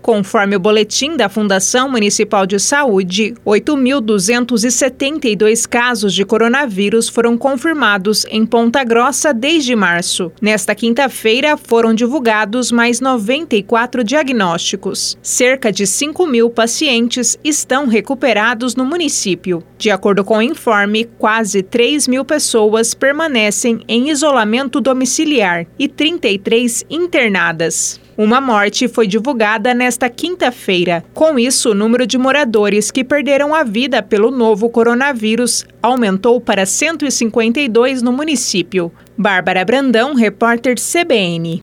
Conforme o boletim da Fundação Municipal de Saúde, 8.272 casos de coronavírus foram confirmados em Ponta Grossa desde março. Nesta quinta-feira, foram divulgados mais 94 diagnósticos. Cerca de 5.000 pacientes estão recuperados no município. De acordo com o informe, quase 3.000 pessoas permanecem em isolamento domiciliar e 33 internadas. Uma morte foi divulgada nesta quinta-feira. Com isso, o número de moradores que perderam a vida pelo novo coronavírus aumentou para 152 no município. Bárbara Brandão, repórter CBN.